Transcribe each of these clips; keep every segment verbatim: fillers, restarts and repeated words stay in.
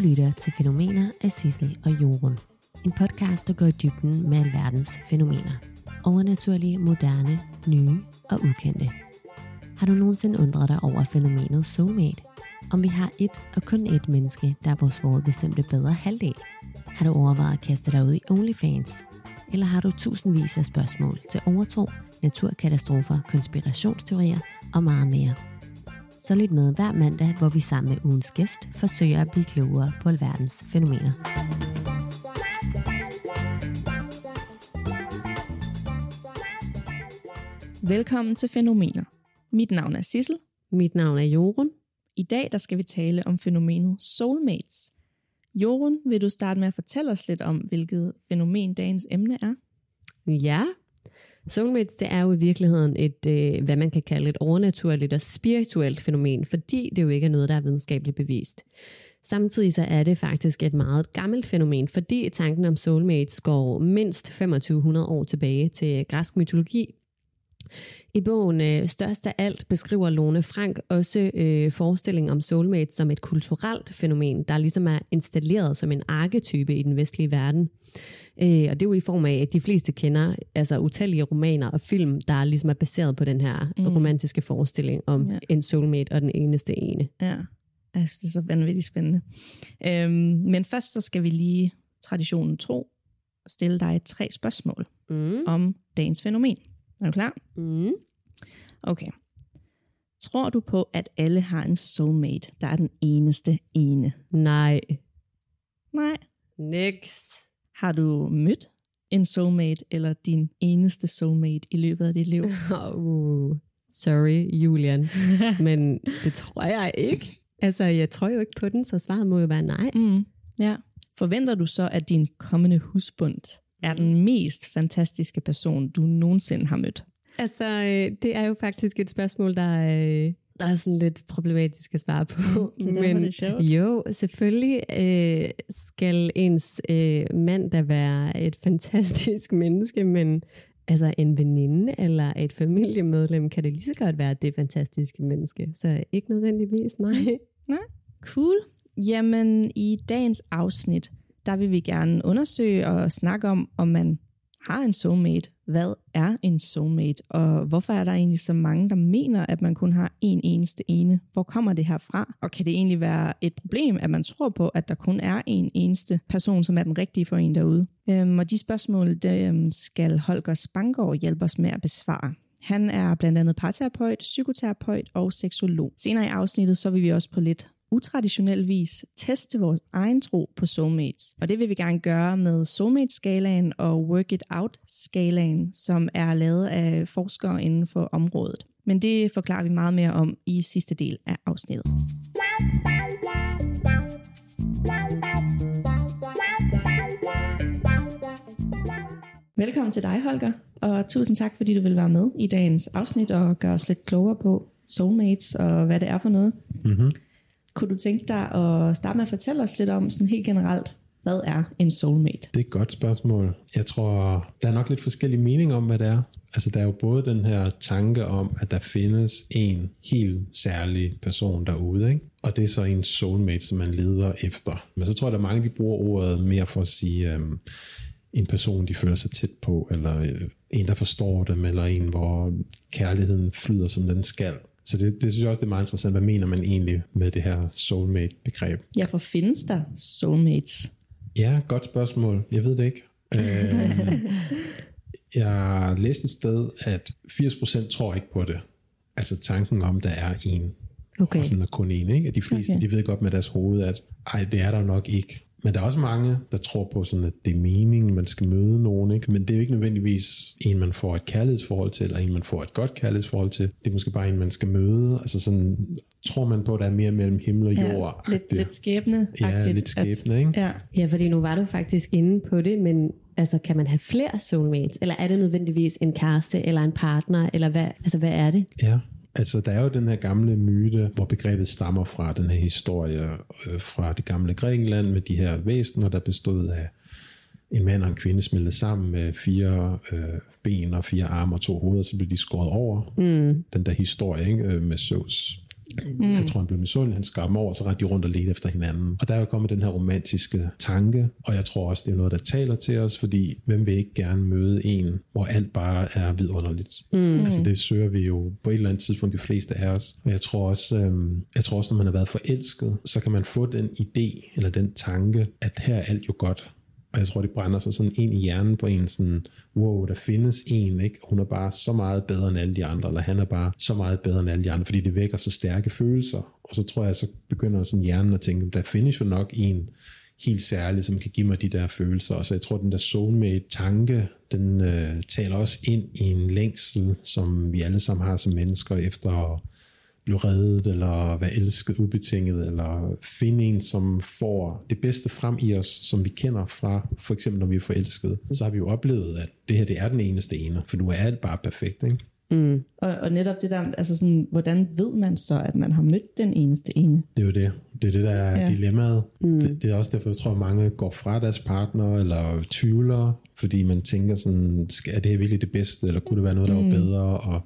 lytter til Fænomener af Sissel og Jorun. En podcast, der går i dybden med alverdens fænomener. Overnaturlige, moderne, nye og ukendte. Har du nogensinde undret dig over fænomenet soulmate? Om vi har et og kun et menneske, der er vores forudbestemte bedre halvdel? Har du overvejet at kaste dig ud i OnlyFans? Eller har du tusindvis af spørgsmål til overtro, naturkatastrofer, konspirationsteorier og meget mere? Så lyt med hver mandag, hvor vi sammen med ugens gæst forsøger at blive klogere på alverdens fænomener. Velkommen til Fænomener. Mit navn er Sissel. Mit navn er Jorun. I dag der skal vi tale om fænomenet soulmates. Jorun, vil du starte med at fortælle os lidt om, hvilket fænomen dagens emne er? Ja, soulmates det er jo i virkeligheden et, øh, hvad man kan kalde et overnaturligt og spirituelt fænomen, fordi det jo ikke er noget, der er videnskabeligt bevist. Samtidig så er det faktisk et meget gammelt fænomen, fordi tanken om soulmates går mindst femogtyve hundrede år tilbage til græsk mytologi. I bogen øh, Størst af alt beskriver Lone Frank også øh, forestillingen om soulmates som et kulturelt fænomen, der ligesom er installeret som en arketype i den vestlige verden. Øh, og det er jo i form af, at de fleste kender altså utallige romaner og film, der ligesom er baseret på den her mm. romantiske forestilling om ja. en soulmate og den eneste ene. Ja, altså det er så vanvittigt spændende. Øhm, men først så skal vi lige traditionen tro stille dig tre spørgsmål mm. om dagens fænomen. Er du klar? Mm. Okay. Tror du på, at alle har en soulmate, der er den eneste ene? Nej. Nej. Next. Har du mødt en soulmate, eller din eneste soulmate i løbet af dit liv? Uh, sorry, Julian. Men det tror jeg ikke. Altså, jeg tror jo ikke på den, så svaret må jo være nej. Mm. Ja. Forventer du så, at din kommende husbund er den mest fantastiske person, du nogensinde har mødt? Altså, det er jo faktisk et spørgsmål, der er, der er sådan lidt problematisk at svare på. Mm, det Men det sjovt. Jo, selvfølgelig øh, skal ens øh, mand da være et fantastisk menneske, men altså en veninde eller et familiemedlem kan det lige så godt være det fantastiske menneske. Så ikke nødvendigvis, nej. Nej, cool. Jamen, i dagens afsnit, der vil vi gerne undersøge og snakke om, om man har en soulmate. Hvad er en soulmate? Og hvorfor er der egentlig så mange, der mener, at man kun har en eneste ene? Hvor kommer det her fra? Og kan det egentlig være et problem, at man tror på, at der kun er en eneste person, som er den rigtige for en derude? Øhm, og de spørgsmål, det skal Holger Spanggaard hjælpe os med at besvare. Han er blandt andet parterapeut, psykoterapeut og seksolog. Senere i afsnittet, så vil vi også på lidt utraditionel vis teste vores egen tro på soulmates. Og det vil vi gerne gøre med soulmate-skalaen og work it out-skalaen, som er lavet af forskere inden for området. Men det forklarer vi meget mere om i sidste del af afsnittet. Velkommen til dig, Holger, og tusind tak, fordi du vil være med i dagens afsnit og gøre os lidt klogere på soulmates og hvad det er for noget. Mm-hmm. Kunne du tænke dig at starte med at fortælle os lidt om sådan helt generelt, hvad er en soulmate? Det er et godt spørgsmål. Jeg tror, der er nok lidt forskellige meninger om, hvad det er. Altså, der er jo både den her tanke om, at der findes en helt særlig person derude, ikke? Og det er så en soulmate, som man leder efter. Men så tror jeg, der er mange, de bruger ordet mere for at sige øhm, en person, de føler sig tæt på, eller øh, en, der forstår dem, eller en, hvor kærligheden flyder, som den skal. Så det, det synes jeg også, det er meget interessant. Hvad mener man egentlig med det her soulmate-begreb? Ja, for findes der soulmates? Ja, godt spørgsmål. Jeg ved det ikke. Øh, jeg læste et sted, at firs procent tror ikke på det. Altså tanken om, der er en. Okay. Og sådan er kun en, ikke? At de fleste, okay. de ved godt med deres hoved, at ej, det er der nok ikke. Men der er også mange, der tror på, sådan, at det er meningen, man skal møde nogen. Ikke? Men det er jo ikke nødvendigvis en, man får et kærlighedsforhold til, eller en, man får et godt kærlighedsforhold til. Det er måske bare en, man skal møde. Altså sådan, tror man på, at der er mere mellem himmel og jord. Ja, lidt, lidt skæbne-agtigt. Ja, lidt skæbne, ikke? Ja. Ja, fordi nu var du faktisk inde på det, men altså, kan man have flere soulmates? Eller er det nødvendigvis en kæreste, eller en partner, eller hvad, altså, hvad er det? Ja. Altså, der er jo den her gamle myte, hvor begrebet stammer fra den her historie øh, fra det gamle Grækenland med de her væsener, der bestod af en mand og en kvinde smeltet sammen med fire øh, ben og fire arme og to hoveder, så blev de skåret over. Mm. Den der historie, ikke, med Zeus. Mm. Jeg tror, han blev misundelig, han skar dem over, så rendte de rundt og ledte efter hinanden. Og der er jo kommet den her romantiske tanke, og jeg tror også, det er noget, der taler til os, fordi hvem vil ikke gerne møde en, hvor alt bare er vidunderligt? Mm. Altså det søger vi jo på et eller andet tidspunkt, de fleste af os. Og jeg tror også, øhm, jeg tror også, når man har været forelsket, så kan man få den idé, eller den tanke, at her er alt jo godt. Og jeg tror, det brænder sig sådan ind i hjernen på en sådan, wow, der findes en, ikke? Hun er bare så meget bedre end alle de andre, eller han er bare så meget bedre end alle de andre, fordi det vækker så stærke følelser. Og så tror jeg, så begynder sådan hjernen at tænke, der findes jo nok en helt særlig, som kan give mig de der følelser. Og så jeg tror, den der soulmate-tanke, den øh, taler også ind i en længsel, som vi alle sammen har som mennesker, efter at blive reddet, eller være elsket ubetinget, eller finde en, som får det bedste frem i os, som vi kender fra, for eksempel når vi er forelskede. Så har vi jo oplevet, at det her, det er den eneste ene, for nu er alt bare perfekt, ikke? Mm. Og, og netop det der, altså sådan, hvordan ved man så, at man har mødt den eneste ene? Det er jo det. Det er det, der er ja. dilemmaet. Mm. Det, det er også derfor, jeg tror, at mange går fra deres partner, eller tvivler, fordi man tænker sådan, er det her virkelig det bedste, eller kunne det være noget, der var mm. bedre? Og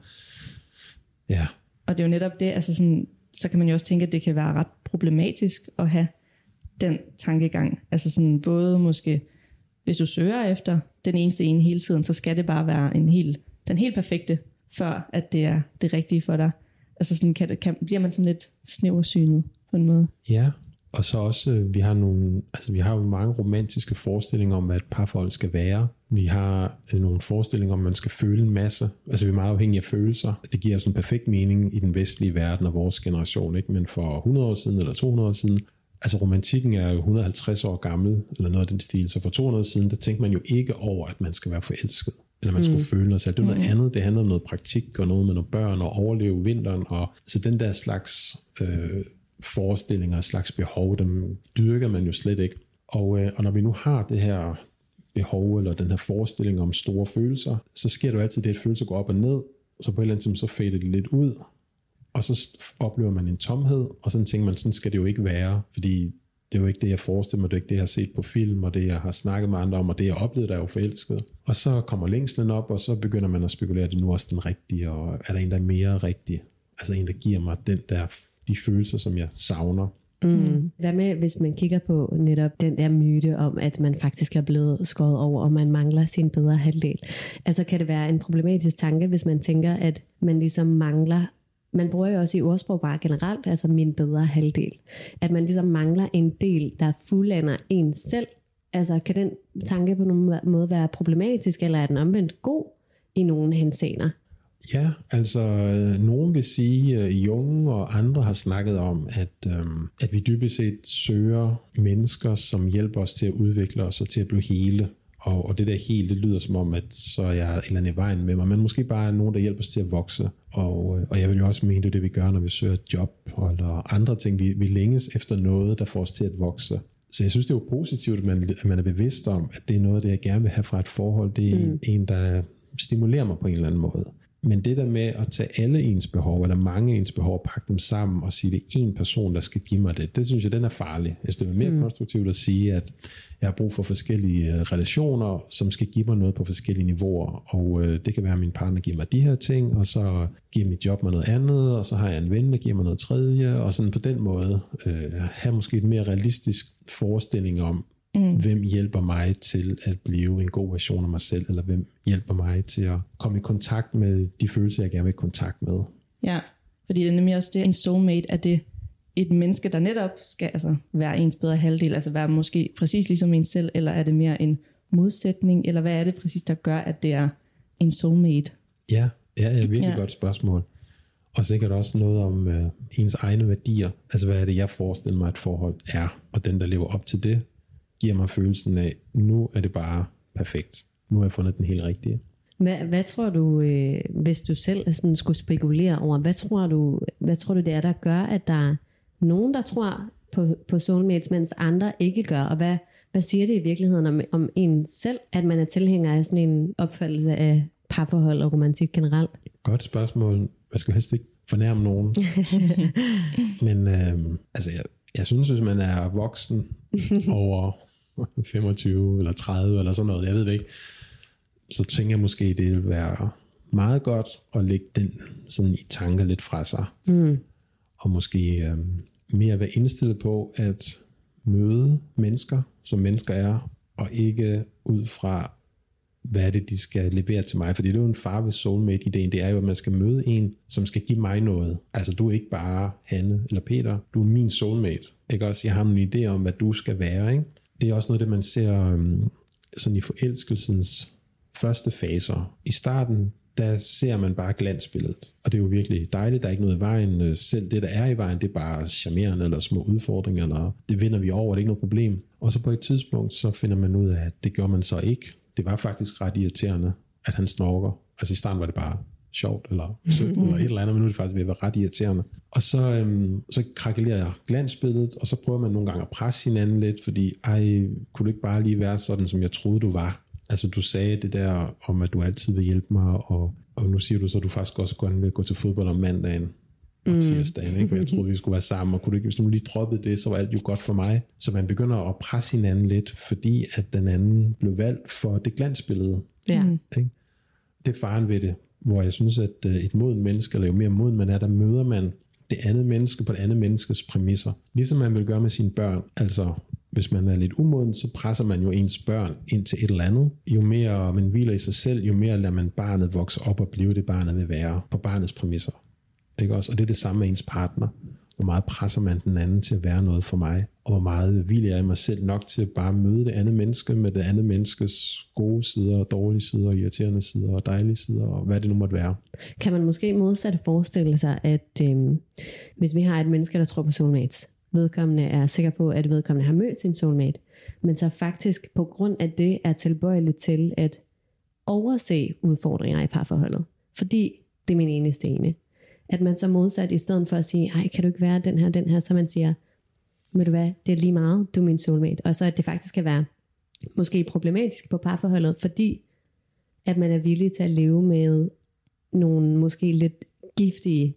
ja. Og det er jo netop det, altså sådan, så kan man jo også tænke, at det kan være ret problematisk at have den tankegang. Altså sådan både måske, hvis du søger efter den eneste ene hele tiden, så skal det bare være en helt, den helt perfekte, før at det er det rigtige for dig. Altså sådan kan det, kan, bliver man sådan lidt snæversynet på en måde. Ja, og så også, vi har nogle, altså vi har jo mange romantiske forestillinger om, hvad et parforhold skal være. Vi har nogle forestillinger om, at man skal føle en masse. Altså vi er meget afhængige af følelser. Det giver sådan en perfekt mening i den vestlige verden og vores generation, ikke? Men for hundrede år siden eller to hundrede år siden, altså romantikken er jo et hundrede og halvtreds år gammel, eller noget af den stil. Så for to hundrede år siden, der tænkte man jo ikke over, at man skal være forelsket. Eller man skulle mm. føle noget selv. Det var noget mm. andet. Det handlede om noget praktik og noget med nogle børn og overleve vinteren. Og så den der slags øh, forestillinger og slags behov, dem dyrker man jo slet ikke. Og, øh, og når vi nu har det her behov, eller den her forestilling om store følelser, så sker det jo altid det, at følelser går op og ned, så på et eller andet tidspunkt, så fader det lidt ud, og så oplever man en tomhed, og så tænker man, sådan skal det jo ikke være, fordi det er jo ikke det, jeg forestiller mig, det er ikke det, jeg har set på film, og det, jeg har snakket med andre om, og det, jeg oplevede, der er jo forelsket. Og så kommer længslen op, og så begynder man at spekulere, at det nu er også den rigtige, og er der en, der er mere rigtig? Altså en, der giver mig den der, de følelser, som jeg savner. Mm. Hvad med, hvis man kigger på netop den der myte om, at man faktisk er blevet skåret over, og man mangler sin bedre halvdel? Altså kan det være en problematisk tanke, hvis man tænker, at man ligesom mangler, man bruger jo også i ordsprog bare generelt, altså min bedre halvdel, at man ligesom mangler en del, der fuldender en selv. Altså kan den tanke på nogen måde være problematisk, eller er den omvendt god i nogle henseender? Ja, altså nogen vil sige, at Jung og andre har snakket om, at, øhm, at vi dybest set søger mennesker, som hjælper os til at udvikle os og til at blive hele. Og, og det der hele, det lyder som om, at så er jeg et eller andet i vejen med mig, men måske bare nogen, der hjælper os til at vokse. Og, og jeg vil jo også mene, det er det, vi gør, når vi søger et job eller andre ting. Vi, vi længes efter noget, der får os til at vokse. Så jeg synes, det er jo positivt, at man, at man er bevidst om, at det er noget, det jeg gerne vil have fra et forhold. Det er mm. en, der stimulerer mig på en eller anden måde. Men det der med at tage alle ens behov, eller mange ens behov, og pakke dem sammen og sige, det er en person, der skal give mig det, det synes jeg, den er farlig. Jeg synes, det er mere mm. konstruktivt at sige, at jeg har brug for forskellige relationer, som skal give mig noget på forskellige niveauer. Og øh, det kan være, at min partner giver mig de her ting, og så giver mit job mig noget andet, og så har jeg en ven, der giver mig noget tredje, og sådan på den måde øh, have måske et mere realistisk forestilling om, Mm. hvem hjælper mig til at blive en god version af mig selv, eller hvem hjælper mig til at komme i kontakt med de følelser, jeg gerne vil i kontakt med. Ja, fordi det er nemlig også det, en soulmate, er det et menneske, der netop skal altså, være ens bedre halvdel, altså være måske præcis ligesom en selv, eller er det mere en modsætning, eller hvad er det præcis, der gør, at det er en soulmate? Ja, ja, det er et virkelig ja. godt spørgsmål. Og sikkert også noget om øh, ens egne værdier. Altså hvad er det, jeg forestiller mig, at et forhold er, og den, der lever op til det, giver mig følelsen af, nu er det bare perfekt. Nu har jeg fundet den helt rigtige. Hvad, hvad tror du, øh, hvis du selv sådan skulle spekulere over, hvad tror du, hvad tror du det er, der gør, at der er nogen, der tror på, på soulmates, mens andre ikke gør? Og hvad, hvad siger det i virkeligheden om, om en selv, at man er tilhænger af sådan en opfattelse af parforhold og romantik generelt? Godt spørgsmål. Jeg skal helst ikke fornærme nogen. Men øh, altså, jeg, jeg synes, hvis man er voksen over femogtyve eller tredive eller sådan noget, jeg ved det ikke, så tænker jeg måske, det vil være meget godt at lægge den sådan i tanker lidt fra sig. Mm. og måske øh, mere være indstillet på at møde mennesker, som mennesker er, og ikke ud fra, hvad er det, de skal levere til mig. Fordi det er jo en far ved soulmate-ideen, det er jo, at man skal møde en, som skal give mig noget. Altså, du er ikke bare Hanne eller Peter, du er min soulmate. Ikke også? Jeg har en idé om, hvad du skal være, ikke? Det er også noget, det man ser um, sådan i forelskelsens første faser. I starten, der ser man bare glansbilledet. Og det er jo virkelig dejligt, der er ikke noget i vejen. Selv det, der er i vejen, det er bare charmerende eller små udfordringer, eller det vinder vi over, det er ikke noget problem. Og så på et tidspunkt, så finder man ud af, at det gjorde man så ikke. Det var faktisk ret irriterende, at han snorker. Altså i starten var det bare sjovt, eller sødt, eller et eller andet, men nu er det faktisk ved at være ret irriterende. Og så, øhm, så krakelerer glansbilledet, og så prøver man nogle gange at presse hinanden lidt, fordi, ej, kunne du ikke bare lige være sådan, som jeg troede, du var? Altså du sagde det der om, at du altid vil hjælpe mig, og, og nu siger du så, at du faktisk også gerne vil gå til fodbold om mandagen og tirsdagen, ikke? For jeg troede, vi skulle være sammen, og kunne du ikke, hvis du lige droppede det, så var alt jo godt for mig. Så man begynder at presse hinanden lidt, fordi at den anden blev valgt for det glansbillede. Ja. Ikke? Det er faren ved det, hvor jeg synes, at et moden menneske, eller jo mere moden man er, der møder man det andet menneske på det andet menneskes præmisser. Ligesom man vil gøre med sine børn. Altså, hvis man er lidt umoden, så presser man jo ens børn ind til et eller andet. Jo mere man hviler i sig selv, jo mere lader man barnet vokse op og blive det, barnet vil være på barnets præmisser. Ikke også? Og det er det samme med ens partner. Hvor meget presser man den anden til at være noget for mig, og hvor meget hviler jeg i mig selv nok til at bare møde det andet menneske med det andet menneskes gode sider, dårlige sider, irriterende sider og dejlige sider, og hvad det nu måtte være. Kan man måske modsat forestille sig, at øhm, hvis vi har et menneske, der tror på soulmates, vedkommende er sikker på, at vedkommende har mødt sin soulmate, men så faktisk på grund af det er tilbøjelig til at overse udfordringer i parforholdet, fordi det er min eneste ene. At man så modsat, i stedet for at sige, ej, kan du ikke være den her, den her, så man siger, ved du hvad, det er lige meget, du er min soulmate. Og så at det faktisk kan være måske problematisk på parforholdet, fordi at man er villig til at leve med nogle måske lidt giftige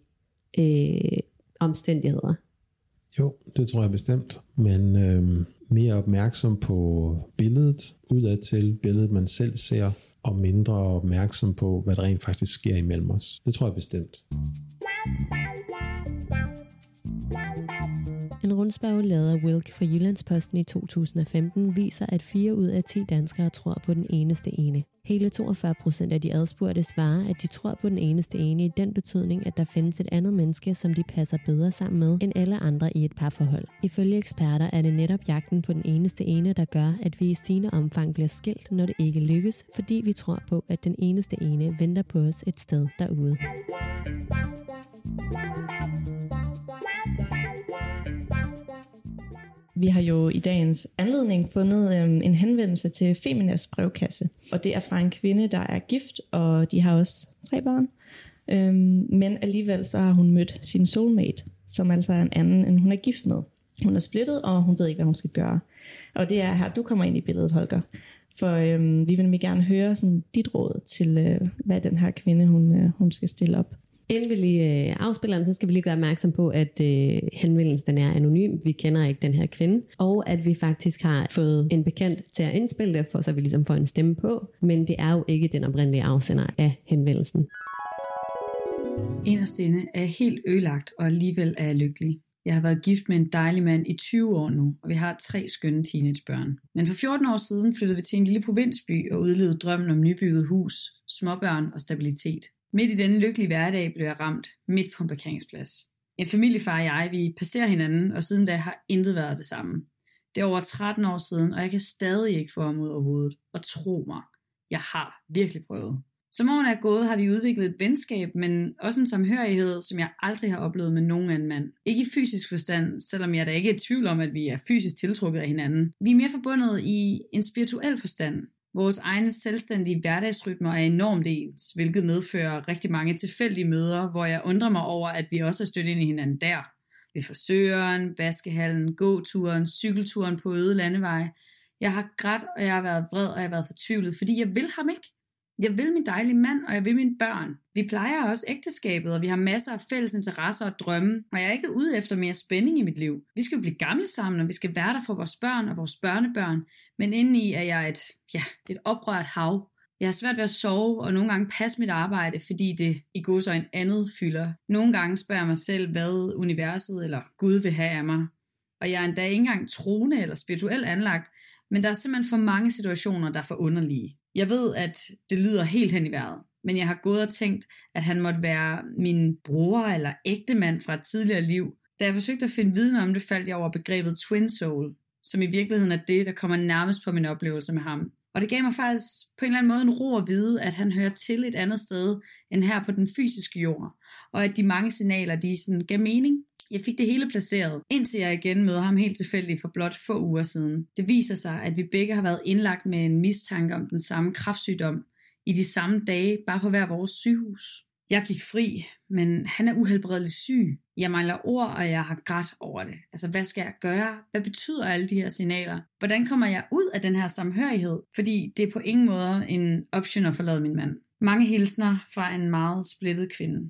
øh, omstændigheder. Jo, det tror jeg bestemt, men øh, mere opmærksom på billedet, udadtil billedet man selv ser, og mindre opmærksom på, hvad der rent faktisk sker imellem os. Det tror jeg bestemt. En rundspørge lavet af Wilk for Jyllandsposten i to tusind og femten viser, at fire ud af ti danskere tror på den eneste ene. Hele toogfyrre procent af de adspurgte svarer, at de tror på den eneste ene i den betydning, at der findes et andet menneske, som de passer bedre sammen med end alle andre i et parforhold. Ifølge eksperter er det netop jagten på den eneste ene, der gør, at vi i stigende omfang bliver skilt, når det ikke lykkes, fordi vi tror på, at den eneste ene venter på os et sted derude. Vi har jo i dagens anledning fundet øhm, en henvendelse til Feminas brevkasse, og det er fra en kvinde, der er gift, og de har også tre børn. Øhm, men alligevel så har hun mødt sin soulmate, som altså er en anden, end hun er gift med. Hun er splittet, og hun ved ikke, hvad hun skal gøre. Og det er her, du kommer ind i billedet, Holger. For øhm, vi vil gerne høre sådan, dit råd til, øh, hvad den her kvinde, hun, øh, hun skal stille op. Inden vi lige øh, afspiller den, så skal vi lige gøre opmærksom på, at øh, henvendelsen er anonym. Vi kender ikke den her kvinde. Og at vi faktisk har fået en bekendt til at indspille det, for så vi ligesom får en stemme på. Men det er jo ikke den oprindelige afsender af henvendelsen. Inderst inde er jeg helt ødelagt, og alligevel er jeg lykkelig. Jeg har været gift med en dejlig mand i tyve år nu, og vi har tre skønne teenagebørn. Men for fjorten år siden flyttede vi til en lille provinsby og udlevede drømmen om nybygget hus, småbørn og stabilitet. Midt i denne lykkelige hverdag blev jeg ramt midt på en parkeringsplads. En familiefar og jeg, vi passerer hinanden, og siden da har intet været det samme. Det er over tretten år siden, og jeg kan stadig ikke få ham ud af hovedet. Og tro mig, jeg har virkelig prøvet. Som årene er gået, har vi udviklet et venskab, men også en samhørighed, som jeg aldrig har oplevet med nogen anden mand. Ikke i fysisk forstand, selvom jeg da ikke er i tvivl om, at vi er fysisk tiltrukket af hinanden. Vi er mere forbundet i en spirituel forstand. Vores egne selvstændige hverdagsrytmer er enormt ens, hvilket medfører rigtig mange tilfældige møder, hvor jeg undrer mig over, at vi også er stødt ind i hinanden der. Ved frisøren, vaskehallen, gåturen, cykelturen på øde landeveje. Jeg har grædt, og jeg har været vred, og jeg har været fortvivlet, fordi jeg vil ham ikke. Jeg vil min dejlige mand, og jeg vil mine børn. Vi plejer også ægteskabet, og vi har masser af fælles interesser og drømme, og jeg er ikke ude efter mere spænding i mit liv. Vi skal jo blive gamle sammen, og vi skal være der for vores børn og vores børnebørn, men indeni er jeg et, ja, et oprørt hav. Jeg har svært ved at sove og nogle gange passe mit arbejde, fordi det i gåseøjne andet fylder. Nogle gange spørger jeg mig selv, hvad universet eller Gud vil have af mig. Og jeg er endda ikke engang troende eller spirituelt anlagt, men der er simpelthen for mange situationer, der er for underlige. Jeg ved, at det lyder helt hen i vejret, men jeg har gået og tænkt, at han måtte være min bror eller ægtemand fra et tidligere liv. Da jeg forsøgte at finde viden om det, faldt jeg over begrebet twin soul, som i virkeligheden er det, der kommer nærmest på min oplevelse med ham. Og det gav mig faktisk på en eller anden måde en ro at vide, at han hører til et andet sted end her på den fysiske jord, og at de mange signaler, de sådan gav mening. Jeg fik det hele placeret, indtil jeg igen møder ham helt tilfældigt for blot få uger siden. Det viser sig, at vi begge har været indlagt med en mistanke om den samme kræftsygdom i de samme dage, bare på hver vores sygehus. Jeg gik fri, men han er uhelbredeligt syg. Jeg mangler ord, og jeg har grædt over det. Altså, hvad skal jeg gøre? Hvad betyder alle de her signaler? Hvordan kommer jeg ud af den her samhørighed? Fordi det er på ingen måde en option at forlade min mand. Mange hilsner fra en meget splittet kvinde.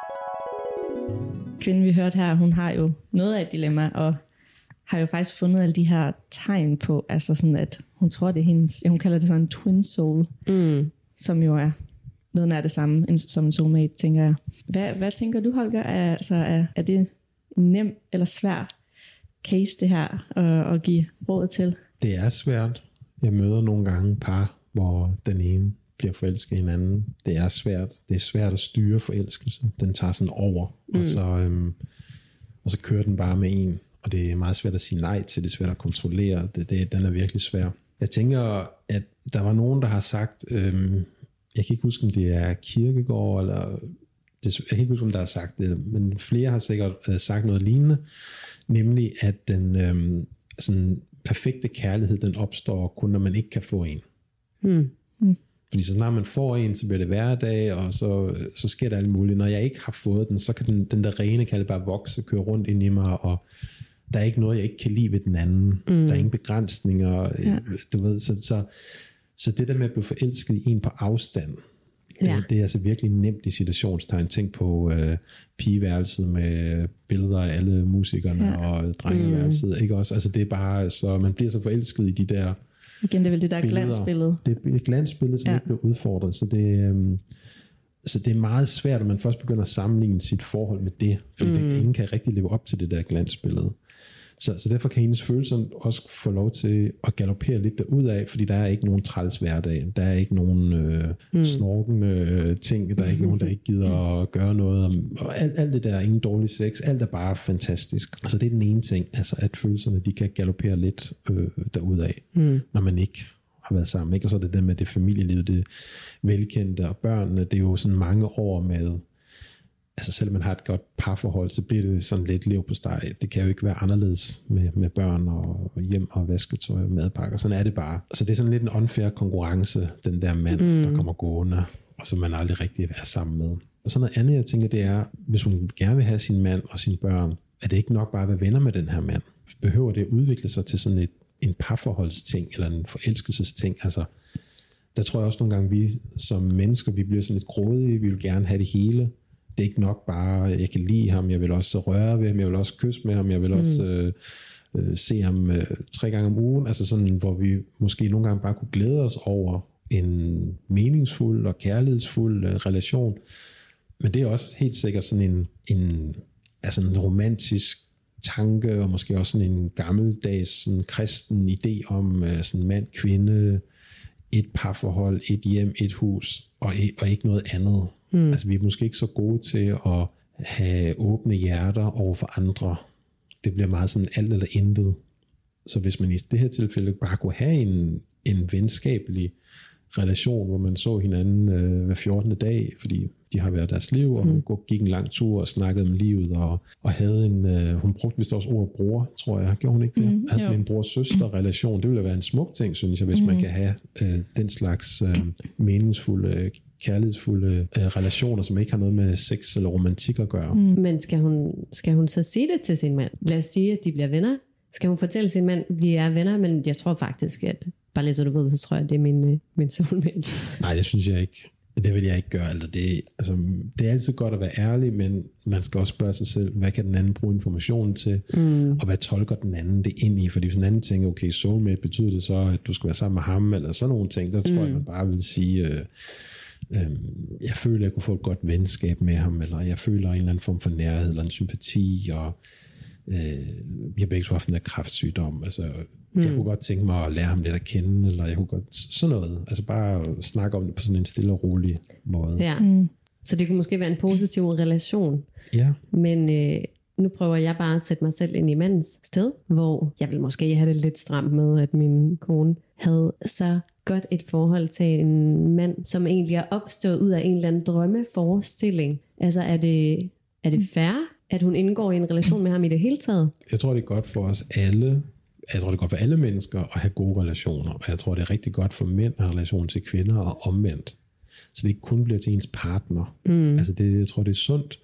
Kvinden, vi hørte her, hun har jo noget af et dilemma, og har jo faktisk fundet alle de her tegn på, altså sådan, at hun tror, det er hendes, ja, hun kalder det sådan en twin soul, mm. som jo er noget nær det samme som en soulmate, tænker jeg. Hvad, hvad tænker du, Holger? Er, altså, er, er det en nem eller svær case, det her, at, at give råd til? Det er svært. Jeg møder nogle gange par, hvor den ene bliver forelsket i hinanden. Det er svært. Det er svært at styre forelskelse. Den tager sådan over, mm. og, så, øhm, og så kører den bare med en. Og det er meget svært at sige nej til. Det er svært at kontrollere. Det, det, den er virkelig svær. Jeg tænker, at der var nogen, der har sagt... Øhm, jeg kan ikke huske, om det er Kierkegaard, eller det, jeg kan ikke huske, om der har sagt det, men flere har sikkert øh, sagt noget lignende, nemlig at den øh, sådan perfekte kærlighed, den opstår kun, når man ikke kan få en. Mm. Mm. Fordi så snart man får en, så bliver det hverdag, og så, så sker der alt muligt. Når jeg ikke har fået den, så kan den, den der rene kærlighed bare vokse, køre rundt ind i mig, og der er ikke noget, jeg ikke kan lide ved den anden. Mm. Der er ingen begrænsninger, ja. Du ved, så... så Så det der med at blive forelsket i en på afstand, ja. det, det er altså virkelig nemt i situationstegn. Tænk på øh, pigeværelset med billeder af alle musikerne ja. og drengeværelset. Mm. Ikke også? Altså det er bare, så man bliver så forelsket i de der igen, det er vel det der billeder. glansbillede. Det er et glansbillede, som ja. ikke bliver udfordret. Så det, øh, så det er meget svært, at man først begynder at sammenligne sit forhold med det. Fordi mm. det, ingen kan rigtig leve op til det der glansbillede. Så, så derfor kan hendes følelser også få lov til at galopere lidt derudad, fordi der er ikke nogen træls hverdag. Der er ikke nogen øh, mm. snorkende øh, ting. Der er ikke nogen, der ikke gider at gøre noget. Og alt, alt det der, ingen dårlig sex, alt er bare fantastisk. Så det er den ene ting, altså at følelserne, de kan galopere lidt øh, derudad, mm. når man ikke har været sammen. Ikke? Og så er det det med det familieliv, det velkendte og børnene. Det er jo sådan mange år med... Altså selvom man har et godt parforhold, så bliver det sådan lidt lev på steg. Det kan jo ikke være anderledes med, med børn og, og hjem og vasketøj og madpakker. Sådan er det bare. Så det er sådan lidt en unfair konkurrence, den der mand, mm. der kommer gående, og som man aldrig rigtig er sammen med. Og så noget andet, jeg tænker, det er, hvis hun gerne vil have sin mand og sine børn, er det ikke nok bare at være venner med den her mand? Behøver det at udvikle sig til sådan et, en parforholdsting, eller en forelskelsesting? Altså, der tror jeg også nogle gange, vi som mennesker, vi bliver sådan lidt grådige, vi vil gerne have det hele. Det er ikke nok bare, jeg kan lide ham, jeg vil også røre ved ham, jeg vil også kysse med ham, jeg vil mm. også øh, øh, se ham øh, tre gange om ugen, altså sådan, hvor vi måske nogle gange bare kunne glæde os over en meningsfuld og kærlighedsfuld øh, relation. Men det er også helt sikkert sådan en, en, altså en romantisk tanke, og måske også sådan en gammeldags sådan kristen idé om øh, sådan mand, kvinde, et parforhold, et hjem, et hus, og, og ikke noget andet. Mm. Altså vi er måske ikke så gode til at have åbne hjerter over for andre. Det bliver meget sådan alt eller intet. Så hvis man i det her tilfælde bare kunne have en, en venskabelig relation, hvor man så hinanden øh, hver fjortende dag, fordi de har været deres liv, og hun gik en lang tur og snakkede om livet, og, og havde en, øh, hun brugte vist også ordet bror, tror jeg, gjorde hun ikke det? Mm, altså en bror-søster-relation, det ville være en smuk ting, synes jeg, hvis mm. man kan have øh, den slags øh, meningsfulde, kærlighedsfulde øh, relationer, som ikke har noget med sex eller romantik at gøre. Mm. Men skal hun, skal hun så sige det til sin mand? Lad os sige, at de bliver venner. Skal hun fortælle sin mand, vi er venner, men jeg tror faktisk, at bare lige så du ved, så tror jeg, at det er min, min soulmate. Nej, det synes jeg ikke. Det vil jeg ikke gøre. Altså det, altså, det er altid godt at være ærlig, men man skal også spørge sig selv, hvad kan den anden bruge informationen til, mm. og hvad tolker den anden det ind i? Fordi hvis den anden tænker, okay, soulmate, betyder det så, at du skal være sammen med ham, eller sådan nogle ting, der tror mm. jeg, man bare vil sige, øh, øh, jeg føler, at jeg kunne få et godt venskab med ham, eller jeg føler en eller anden form for nærhed, eller en sympati, og øh, vi har begge to haft den der kræftsygdom, altså Mm. jeg kunne godt tænke mig at lære ham lidt at kende, eller jeg kunne godt, sådan noget, altså bare snakke om det på sådan en stille og rolig måde. Ja, mm. så det kunne måske være en positiv relation. Ja. Men øh, nu prøver jeg bare at sætte mig selv ind i mandens sted, hvor jeg vil måske have det lidt stramt med, at min kone havde så godt et forhold til en mand, som egentlig er opstået ud af en eller anden drømmeforestilling. Altså er det, er det fair, at hun indgår i en relation med ham i det hele taget? Jeg tror, det er godt for os alle. Jeg tror, det er godt for alle mennesker at have gode relationer, og jeg tror, det er rigtig godt for mænd at have relation til kvinder og omvendt. Så det ikke kun bliver til ens partner. Mm. Altså det, jeg tror, det er sundt,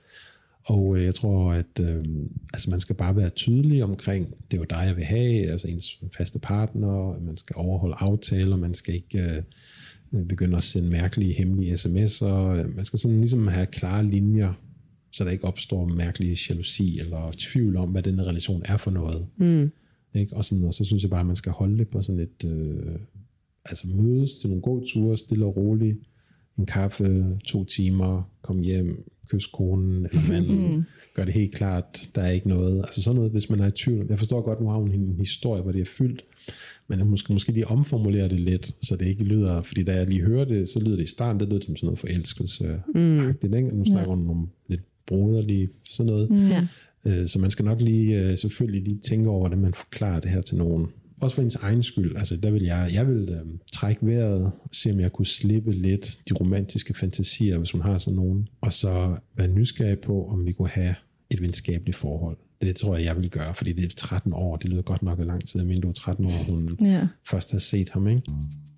og jeg tror, at øh, altså man skal bare være tydelig omkring, det er jo dig, jeg vil have, altså ens faste partner, man skal overholde aftaler, man skal ikke øh, begynde at sende mærkelige, hemmelige sms'er, man skal sådan ligesom have klare linjer, så der ikke opstår mærkelige jalousi eller tvivl om, hvad den relation er for noget. Mm. Ikke? Og, sådan, og så synes jeg bare, at man skal holde det på sådan et, øh, altså mødes til nogle gode ture, stille og roligt, en kaffe, to timer, kom hjem, kys konen eller manden, gør det helt klart, der er ikke noget, altså sådan noget, hvis man er i tvivl. Jeg forstår godt, nu har hun en historie, hvor det er fyldt, men måske, måske lige omformulere det lidt, så det ikke lyder, fordi da jeg lige hører det, så lyder det i starten, det lyder som sådan noget forelskelse-agtigt, ikke? Nu snakker hun om lidt broderlig, sådan noget. Mm. Ja. Så man skal nok lige, selvfølgelig lige tænke over det, man forklarer det her til nogen. Også for ens egen skyld. Altså der vil jeg, jeg vil øh, trække vejret, se om jeg kunne slippe lidt de romantiske fantasier, hvis hun har sådan nogen. Og så være nysgerrig på, om vi kunne have et venskabeligt forhold. Det tror jeg, jeg vil gøre, fordi det er tretten år. Det lyder godt nok lang tid, men det var tretten år, hun ja. først har set ham, ikke?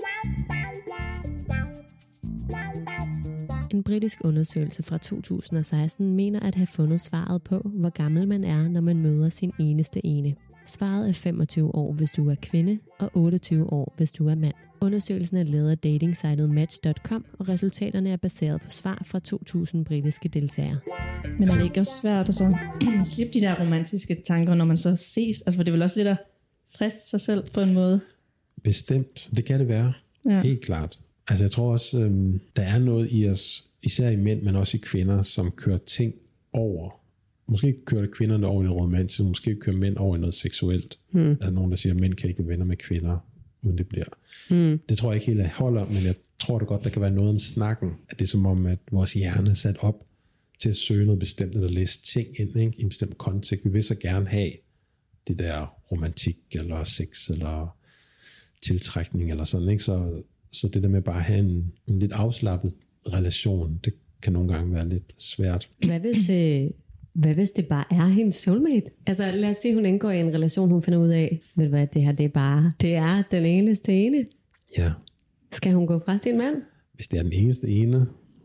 En britisk undersøgelse fra to tusind og seksten mener at have fundet svaret på, hvor gammel man er, når man møder sin eneste ene. Svaret er femogtyve år, hvis du er kvinde, og otteogtyve år, hvis du er mand. Undersøgelsen er lavet af datingsitet match punktum com, og resultaterne er baseret på svar fra to tusind britiske deltagere. Men er det ikke også svært at så slippe de der romantiske tanker, når man så ses? Altså for det er vel også lidt at friste sig selv på en måde? Bestemt. Det kan det være. Ja. Helt klart. Altså jeg tror også, øhm, der er noget i os, især i mænd, men også i kvinder, som kører ting over. Måske kører det kvinderne over i noget romantisk, måske kører mænd over i noget seksuelt. Hmm. Altså nogen, der siger, at mænd kan ikke være venner med kvinder, uden det bliver. Hmm. Det tror jeg ikke helt, at holder, men jeg tror det godt, der kan være noget om snakken. At det er som om, at vores hjerne er sat op til at søge noget bestemt, eller læse ting ind, ikke? I en bestemt kontekst. Vi vil så gerne have det der romantik, eller sex, eller tiltrækning, eller sådan, ikke? Så, så det der med bare at have en, en lidt afslappet relation, det kan nogle gange være lidt svært. Hvad hvis... Øh Hvad hvis det bare er hendes soulmate? Altså lad os sige, hun indgår i en relation, hun finder ud af, ved du hvad, det her det er bare, det er den eneste ene. Ja. Skal hun gå fra sin mand? Hvis det er den eneste ene,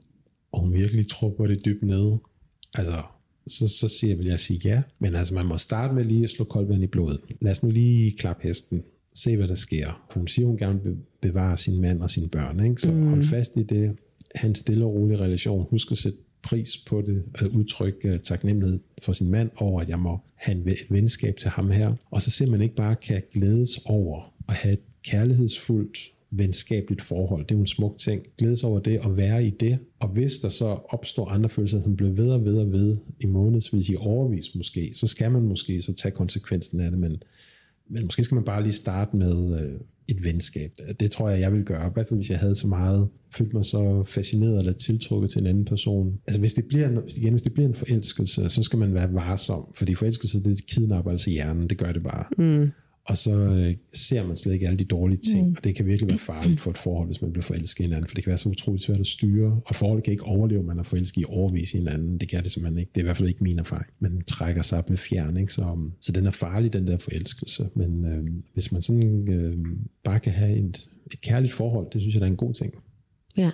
og hun virkelig tror på det dybt nede, altså, så, så siger jeg, vil jeg sige ja. Men altså, man må starte med lige at slå koldt vand i blodet. Lad os nu lige klappe hesten. Se, hvad der sker. For hun siger, hun gerne vil bevare sin mand og sine børn, ikke? Så mm. hold fast i det. Ha' en stille og rolig relation. Husk at sætte pris på det, at udtrykke taknemmelighed for sin mand over, at jeg må have et venskab til ham her. Og så simpelthen ikke bare kan glædes over at have et kærlighedsfuldt, venskabeligt forhold. Det er jo en smuk ting. Glædes over det og være i det. Og hvis der så opstår andre følelser, som bliver ved og ved og ved i månedsvis, i overvis måske, så skal man måske så tage konsekvensen af det, men, men måske skal man bare lige starte med øh, et venskab. Det tror jeg, jeg vil gøre. I hvert fald, hvis jeg havde så meget, følte mig så fascineret eller tiltrukket til en anden person. Altså, hvis det bliver, igen, hvis det bliver en forelskelse, så skal man være varsom, fordi forelskelse, det kidnapper altså hjernen, det gør det bare. Mm. Og så øh, ser man slet ikke alle de dårlige ting, mm. og det kan virkelig være farligt for et forhold, hvis man bliver forelsket i hinanden, for det kan være så utroligt svært at styre, og forholdet kan ikke overleve, man er forelsket i overvis i hinanden. Det kan det simpelthen ikke. Det er i hvert fald ikke min erfaring. Man trækker sig op med fjern, ikke? Så, så den er farlig, den der forelskelse. Men øh, hvis man sådan øh, bare kan have et, et kærligt forhold, det synes jeg, der er en god ting. Ja.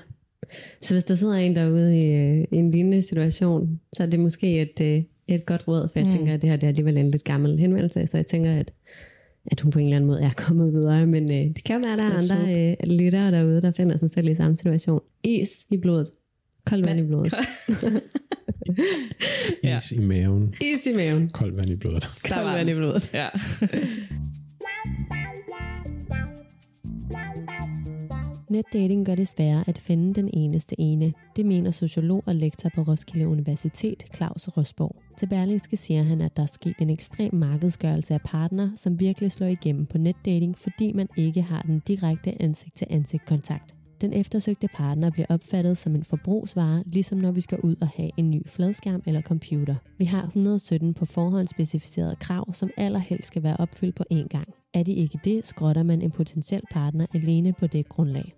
Så hvis der sidder en derude i, øh, i en lignende situation, så er det måske et, øh, et godt råd, for jeg mm. tænker, at det her det er alligevel en lidt gammel henvendelse, så jeg tænker, at at hun på en eller anden måde er kommet videre, men øh, det kan være, der er andre øh, lyttere derude, der finder sig selv i samme situation. Is i blodet. Koldt vand i blodet. Ja. Is i maven. Is i maven. Koldt vand i blodet. Koldt vand i blodet. Ja. Netdating gør det sværere at finde den eneste ene. Det mener sociolog og lektor på Roskilde Universitet, Claus Rosborg. Til Berlingske siger han, at der er sket en ekstrem markedsgørelse af partner, som virkelig slår igennem på netdating, fordi man ikke har den direkte ansigt-til-ansigt kontakt. Den eftersøgte partner bliver opfattet som en forbrugsvare, ligesom når vi skal ud og have en ny fladskærm eller computer. Vi har et hundrede og sytten på forhånd specificerede krav, som allerhelst skal være opfyldt på én gang. Er de ikke det, skrotter man en potentiel partner alene på det grundlag.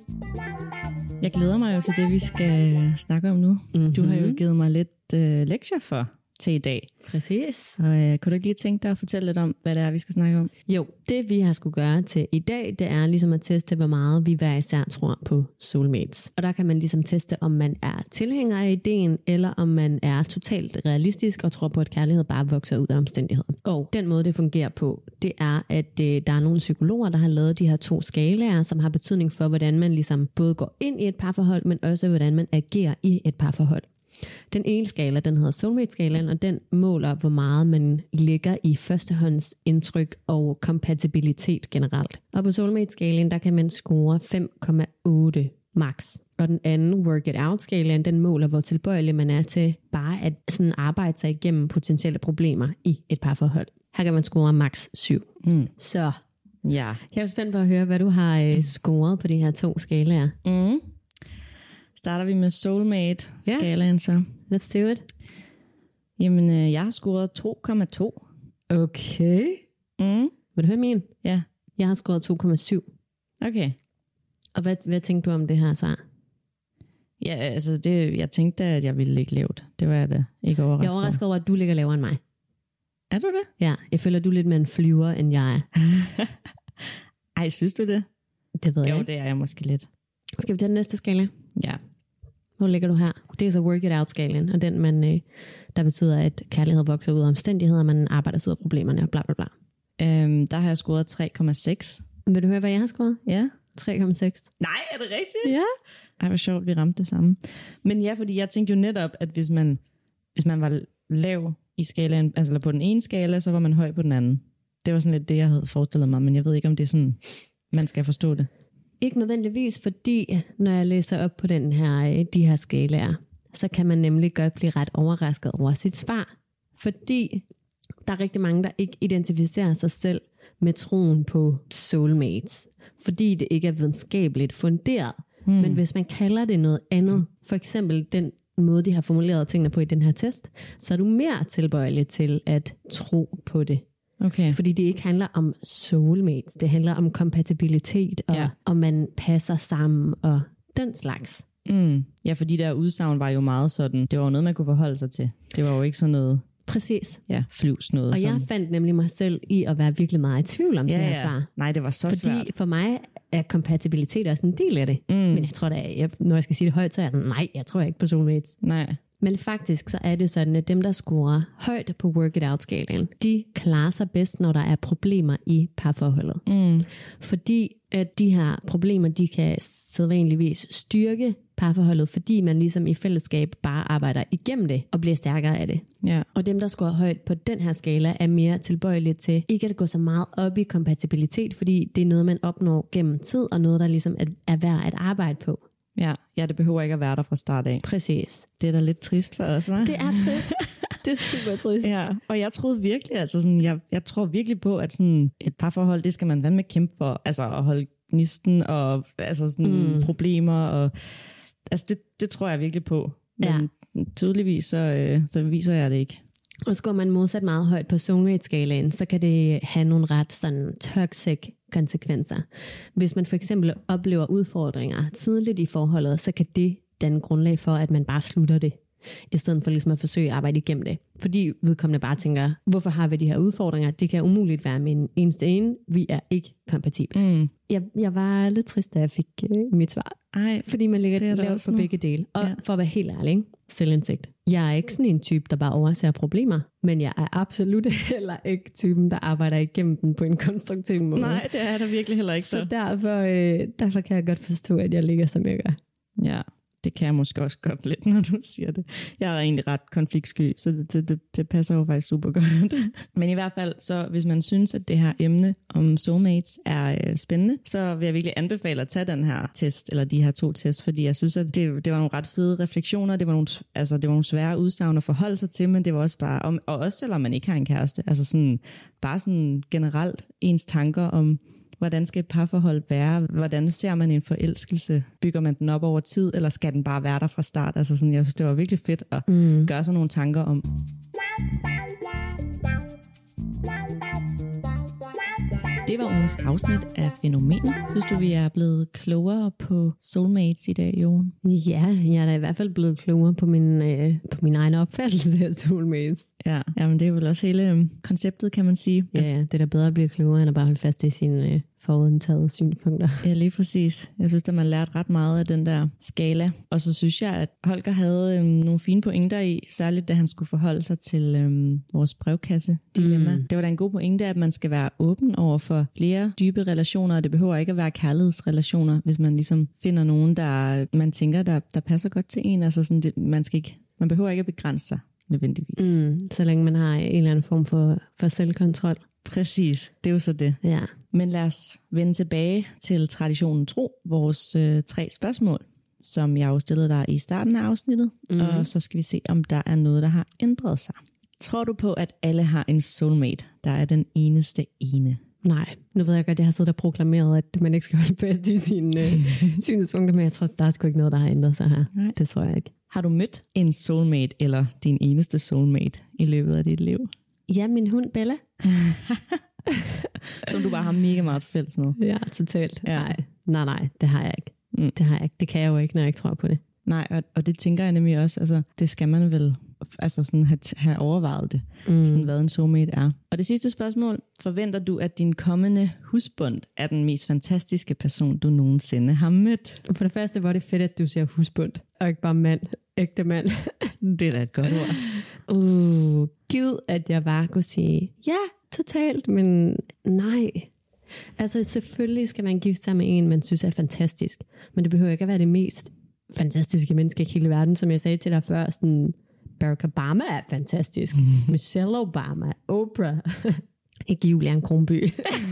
Jeg glæder mig jo til det, vi skal snakke om nu. Mm-hmm. Du har jo givet mig lidt øh, lektier for til i dag. Præcis. Og øh, kunne du ikke lige tænke dig at fortælle lidt om, hvad det er, vi skal snakke om? Jo, det vi har skulle gøre til i dag, det er ligesom at teste, hvor meget vi hver især tror på soulmates. Og der kan man ligesom teste, om man er tilhænger af ideen, eller om man er totalt realistisk og tror på, at kærlighed bare vokser ud af omstændigheder. Og den måde, det fungerer på, det er, at øh, der er nogle psykologer, der har lavet de her to skalaer, som har betydning for, hvordan man ligesom både går ind i et parforhold, men også hvordan man agerer i et parforhold. Den ene skala, den hedder soulmate-skalaen, og den måler, hvor meget man ligger i førstehåndsindtryk og kompatibilitet generelt. Og på soulmate-skalaen, der kan man score fem komma otte max. Og den anden work it out-skalaen, den måler, hvor tilbøjelig man er til bare at sådan arbejde sig igennem potentielle problemer i et parforhold. Her kan man score max syv. Mm. Så ja. Jeg er spændt på at høre, hvad du har øh, scoret på de her to skalaer. Mm. Starter vi med soulmate-skalaen yeah. så. Let's do it. Jamen, øh, jeg har scoret to komma to. Okay. Mm. Vil du høre min? Ja. Yeah. Jeg har scoret to komma syv. Okay. Og hvad, hvad tænkte du om det her så? Ja, altså, det, jeg tænkte, at jeg ville ligge lavt. Det var jeg da ikke overrasket. Jeg er overrasket over, at du ligger lavere end mig. Er du det? Ja, jeg føler, du er lidt mere en flyver, end jeg er. Ej, synes du det? Det ved jeg Jo, ikke. det er jeg måske lidt. Skal vi tage den næste skala? Ja. Hvor ligger du her? Det er så work it out-skalaen, og den, man, øh, der betyder, at kærlighed vokser ud af omstændigheder, og man arbejder sig ud af problemerne, og bla bla bla. Øhm, der har jeg scoret tre komma seks. Vil du høre, hvad jeg har scoret? Ja. tre komma seks. Nej, er det rigtigt? Ja. Ej, hvor sjovt, vi ramte det samme. Men ja, fordi jeg tænkte jo netop, at hvis man, hvis man var lav i skalaen, altså på den ene skala, så var man høj på den anden. Det var sådan lidt det, jeg havde forestillet mig, men jeg ved ikke, om det er sådan, man skal forstå det. Ikke nødvendigvis, fordi når jeg læser op på den her, de her skalaer, så kan man nemlig godt blive ret overrasket over sit svar. Fordi der er rigtig mange, der ikke identificerer sig selv med troen på soulmates. Fordi det ikke er videnskabeligt funderet. Hmm. Men hvis man kalder det noget andet, for eksempel den måde, de har formuleret tingene på i den her test, så er du mere tilbøjelig til at tro på det. Okay. Fordi det ikke handler om soulmates, det handler om kompatibilitet, og ja. om man passer sammen, og den slags. Mm. Ja, for de der udsagn var jo meget sådan, det var jo noget, man kunne forholde sig til. Det var jo ikke sådan noget... Præcis. Ja, flyvs noget. Og som... jeg fandt nemlig mig selv i at være virkelig meget i tvivl om ja, det her ja. svar. Nej, det var så Fordi svært. Fordi for mig er kompatibilitet også en del af det. Mm. Men jeg tror da, jeg, når jeg skal sige det højt, så er jeg sådan, nej, jeg tror ikke på soulmates. Nej. Men faktisk så er det sådan, at dem, der scorer højt på work it out-skalaen, de klarer sig bedst, når der er problemer i parforholdet. Mm. Fordi at de her problemer, de kan sædvanligvis styrke parforholdet, fordi man ligesom i fællesskab bare arbejder igennem det og bliver stærkere af det. Ja. Og dem, der scorer højt på den her skala, er mere tilbøjelige til ikke at gå så meget op i kompatibilitet, fordi det er noget, man opnår gennem tid, og noget, der ligesom er værd at arbejde på. Ja, ja, det behøver ikke at være der fra start af. Præcis. Det er da lidt trist for os, hva'? Det er trist. Det er super trist. Ja, og jeg troede virkelig, altså sådan, jeg, jeg tror virkelig på, at sådan et parforhold, det skal man vande med kæmpe for, altså at holde gnisten og altså sådan mm. problemer, og altså det, det tror jeg virkelig på. Men ja. tydeligvis, så, øh, så viser jeg det ikke. Og skulle man modsat meget højt på soulmate-skalaen, så kan det have nogle ret sådan toxic konsekvenser. Hvis man for eksempel oplever udfordringer tidligt i forholdet, så kan det danne grundlag for, at man bare slutter det. i stedet for ligesom at forsøge at arbejde igennem det. Fordi vedkommende bare tænker, hvorfor har vi de her udfordringer? Det kan umuligt være min eneste ene. Vi er ikke kompatible. Mm. Jeg, jeg var lidt trist, da jeg fik uh, mit svar. Ej, fordi man ligger lavt på begge dele. Og ja. For at være helt ærlig, selvindsigt. Jeg er ikke sådan en type, der bare overser problemer, men jeg er absolut heller ikke typen, der arbejder igennem den på en konstruktiv måde. Nej, det er der virkelig heller ikke. Så, så derfor, øh, derfor kan jeg godt forstå, at jeg ligger, som jeg gør. Ja, det kan jeg måske også godt lidt, når du siger det. Jeg er egentlig ret konfliktsky, så det, det, det, det passer jo faktisk super godt. Men i hvert fald, så hvis man synes, at det her emne om soulmates er øh, spændende, så vil jeg virkelig anbefale at tage den her test, eller de her to tests, fordi jeg synes, at det, det var nogle ret fede refleksioner, det var nogle, altså, det var nogle svære udsagn at forholde sig til, men det var også bare, om, og også selvom man ikke har en kæreste, altså sådan, bare sådan generelt ens tanker om, hvordan skal et parforhold være? Hvordan ser man en forelskelse? Bygger man den op over tid, eller skal den bare være der fra start? Altså sådan, jeg synes, det var virkelig fedt at mm. gøre sådan nogle tanker om. Det var ugens afsnit af Fænomener. Synes du, vi er blevet klogere på soulmates i dag, Jon? Ja, jeg er da i hvert fald blevet klogere på min, øh, på min egen opfattelse af soulmates. Ja, jamen det er vel også hele øh, konceptet, kan man sige. Ja, ja, det er da bedre at blive klogere, end at bare holde fast i sine øh, forudindtagede synspunkter. Ja, lige præcis. Jeg synes, at man lærte ret meget af den der skala. Og så synes jeg, at Holger havde øhm, nogle fine pointer i, særligt da han skulle forholde sig til øhm, vores brevkasse-dilemma. Mm. Det var da en god pointe, at man skal være åben over for flere dybe relationer, og det behøver ikke at være kærlighedsrelationer, hvis man ligesom finder nogen, der man tænker, der, der passer godt til en. Altså sådan, det, man, skal ikke, man behøver ikke at begrænse sig nødvendigvis. Mm, så længe man har en eller anden form for, for selvkontrol. Præcis, det er jo så det. Ja. Men lad os vende tilbage til traditionen tro, vores øh, tre spørgsmål, som jeg jo stillede dig i starten af afsnittet, mm. og så skal vi se, om der er noget, der har ændret sig. Tror du på, at alle har en soulmate, der er den eneste ene? Nej, nu ved jeg godt, jeg har siddet og proklameret, at man ikke skal holde fast i sine øh, synspunkter, men jeg tror, der er sgu ikke noget, der har ændret sig her. Nej. Det tror jeg ikke. Har du mødt en soulmate, eller din eneste soulmate i løbet af dit liv? Ja, min hund Bella. Som du bare har mega meget til fælles med. Ja, totalt. Ja. Nej, nej, nej, det har jeg ikke. Mm. Det har jeg ikke. Det kan jeg jo ikke, når jeg ikke tror på det. Nej, og, og det tænker jeg nemlig også. Altså, det skal man vel altså sådan have, have overvejet det, mm. sådan, hvad en soulmate er. Og det sidste spørgsmål. Forventer du, at din kommende husbund er den mest fantastiske person, du nogensinde har mødt? For det første var det fedt, at du siger husbund, og ikke bare mand. Ægte mand. Det er da et godt ord. Uh, gid, at jeg bare kunne sige, ja, totalt, men nej. Altså selvfølgelig skal man gifte sig med en, man synes er fantastisk, men det behøver ikke at være det mest fantastiske menneske i hele verden, som jeg sagde til dig før, sådan, Barack Obama er fantastisk, mm-hmm. Michelle Obama, Oprah, ikke Julian Kronby.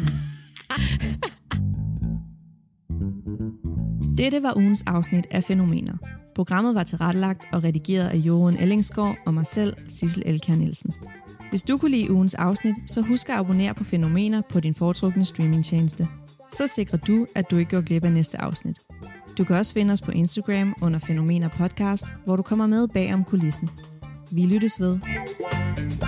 Dette var ugens afsnit af Fænomener. Programmet var tilrettelagt og redigeret af Jorunn Ellingsgaard og mig selv, Sissel Elkjær Nielsen. Hvis du kunne lide ugens afsnit, så husk at abonnere på Fænomener på din foretrukne streamingtjeneste. Så sikrer du, at du ikke går glip af næste afsnit. Du kan også finde os på Instagram under Fænomener Podcast, hvor du kommer med bag om kulissen. Vi lyttes ved.